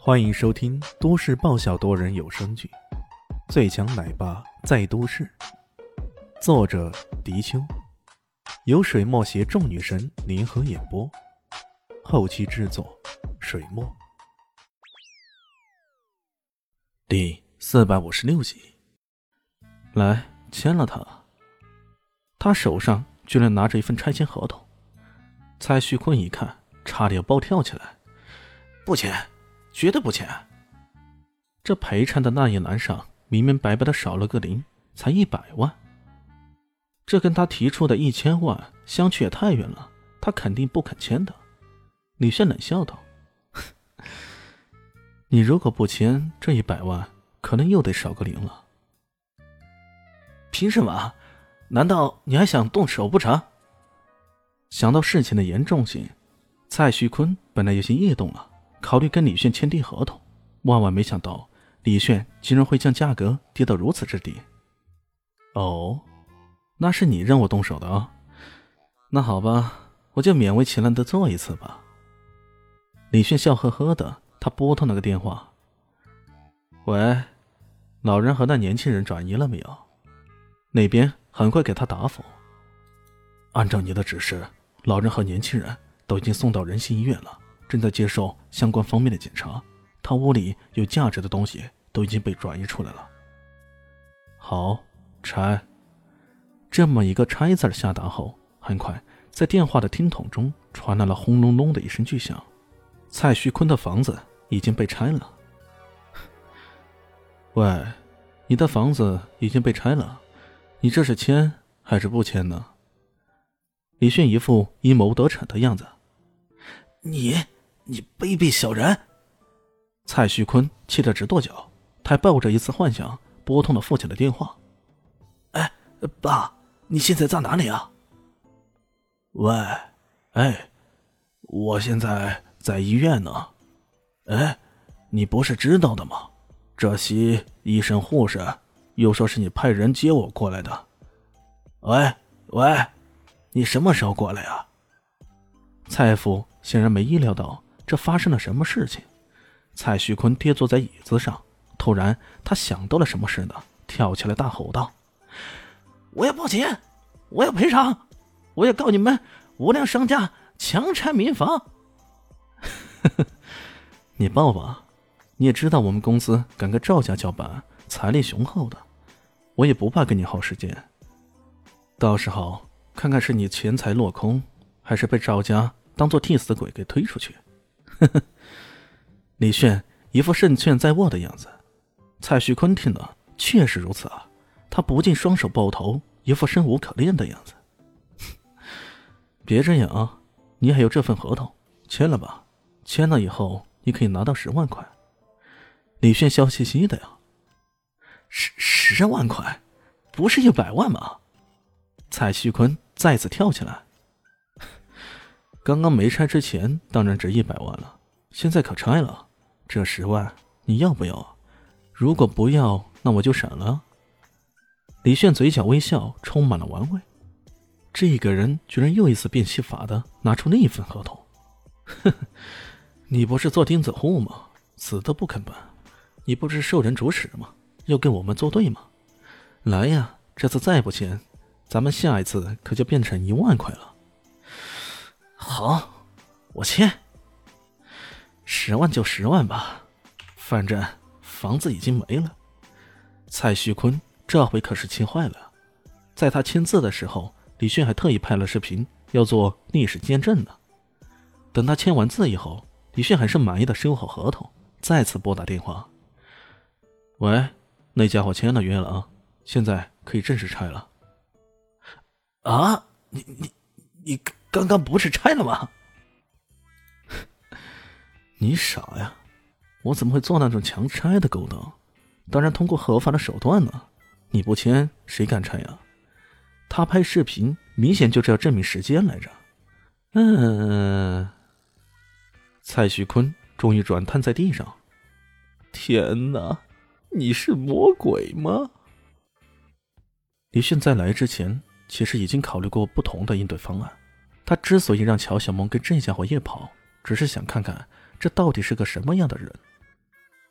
欢迎收听都市爆笑多人有声剧《最强奶爸在都市》，作者：迪秋，由水墨携众女神联合演播，后期制作：水墨。第456集。来，签了它。他手上居然拿着一份拆迁合同。蔡旭坤一看，差点暴跳起来。不签，绝对不签。这陪衬的那一栏上明明白白的少了个零，才100万。这跟他提出的1000万相去也太远了，他肯定不肯签的。李炫冷笑道：你如果不签，这100万可能又得少个零了。凭什么？难道你还想动手不成？想到事情的严重性，蔡旭坤本来有些异动了，考虑跟李炫签订合同，万万没想到李炫竟然会将价格跌到如此之低。哦，那是你让我动手的啊。那好吧，我就勉为其难的做一次吧。李炫笑呵呵的，他拨通了个电话。喂，老人和那年轻人转移了没有？那边很快给他答复。按照你的指示，老人和年轻人都已经送到仁心医院了，正在接受相关方面的检查。他屋里有价值的东西都已经被转移出来了。好，拆。这么一个拆字下达后，很快在电话的听筒中传来了轰隆隆的一声巨响。蔡旭坤的房子已经被拆了。喂，你的房子已经被拆了，你这是签还是不签呢？李炫一副阴谋得逞的样子。你卑鄙小人！蔡旭坤气得直跺脚，他抱着一次幻想拨通了父亲的电话。哎，爸，你现在在哪里啊？喂，哎，我现在在医院呢。哎，你不是知道的吗？这些医生护士又说是你派人接我过来的。喂，你什么时候过来啊？蔡父显然没意料到这发生了什么事情。蔡旭坤跌坐在椅子上，突然他想到了什么似的，跳起来大吼道：我要报警，我要赔偿，我要告你们无良商家强拆民房。你报吧，你也知道我们公司赶个赵家叫板，财力雄厚的，我也不怕跟你耗时间。到时候看看是你钱财落空，还是被赵家当作替死鬼给推出去。李炫一副胜券在握的样子。蔡旭坤听了确实如此啊，他不禁双手抱头，一副生无可恋的样子。别这样啊，你还有这份合同，签了吧，签了以后你可以拿到10万块。李炫笑嘻嘻的呀。10万块不是100万吗？蔡旭坤再次跳起来。刚刚没拆之前当然值100万了，现在可拆了，这10万你要不要？如果不要，那我就闪了。李炫嘴角微笑，充满了玩味。这个人居然又一次变戏法的拿出那一份合同。你不是做钉子户吗？死都不肯办。你不是受人主使吗？要跟我们作对吗？来呀，这次再不签，咱们下一次可就变成1万块了。好，我签。10万就10万吧，反正房子已经没了。蔡旭坤这回可是气坏了。在他签字的时候，李炫还特意拍了视频，要做历史见证呢。等他签完字以后，李炫还是满意的收好合同，再次拨打电话。喂，那家伙签了约了啊，现在可以正式拆了。啊，你刚刚不是拆了吗？你傻呀，我怎么会做那种强拆的勾当？当然通过合法的手段呢。你不签谁敢拆呀？他拍视频明显就是要证明时间来着。蔡旭坤终于软瘫在地上。天哪，你是魔鬼吗？李迅在来之前其实已经考虑过不同的应对方案。他之所以让乔小萌跟这家伙夜跑，只是想看看这到底是个什么样的人。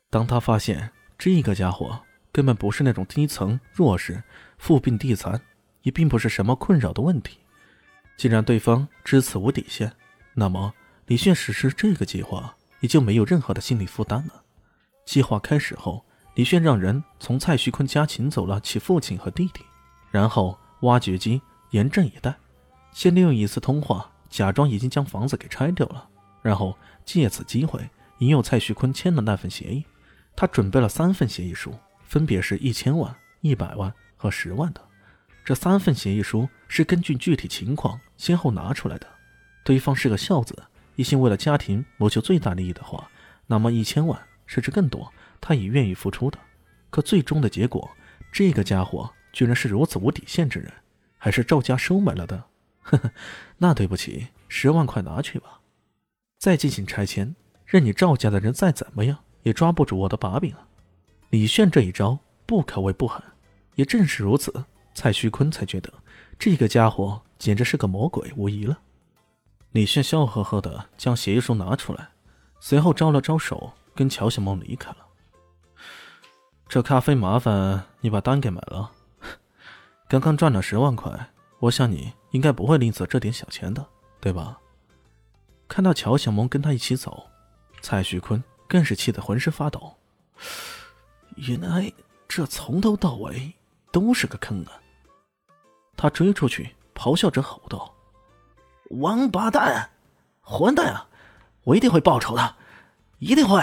当他发现这个家伙根本不是那种低层弱势、富病地残，也并不是什么困扰的问题，既然对方知此无底线，那么李炫实施这个计划也就没有任何的心理负担了。计划开始后，李炫让人从蔡徐坤家请走了其父亲和弟弟，然后挖掘机严阵以待，先利用一次通话假装已经将房子给拆掉了，然后借此机会引诱蔡徐坤签了那份协议。他准备了3份协议书，分别是1000万、100万和10万的。这3份协议书是根据具体情况先后拿出来的。对方是个孝子，一心为了家庭谋求最大利益的话，那么1000万甚至更多他也愿意付出的。可最终的结果，这个家伙居然是如此无底线之人，还是赵家收买了的。呵呵，那对不起，10万块拿去吧，再进行拆迁，任你赵家的人再怎么样也抓不住我的把柄啊！李炫这一招不可谓不狠，也正是如此，蔡徐坤才觉得这个家伙简直是个魔鬼无疑了。李炫笑呵呵地将协议书拿出来，随后招了招手，跟乔小梦离开了。这咖啡麻烦你把单给买了，刚刚赚了10万块，我想你应该不会吝啬这点小钱的，对吧？看到乔小萌跟他一起走，蔡徐坤更是气得浑身发抖。原来这从头到尾都是个坑啊！他追出去咆哮着吼道：王八蛋，混蛋啊，我一定会报仇的，一定会！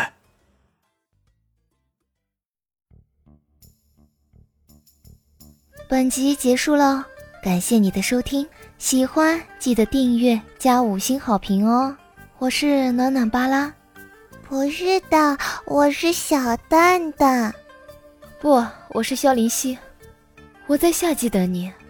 本集结束了，感谢你的收听，喜欢记得订阅加5星好评哦。我是暖暖巴拉。 不是的，我是小蛋蛋。 不，我是萧林希。我在夏季等你。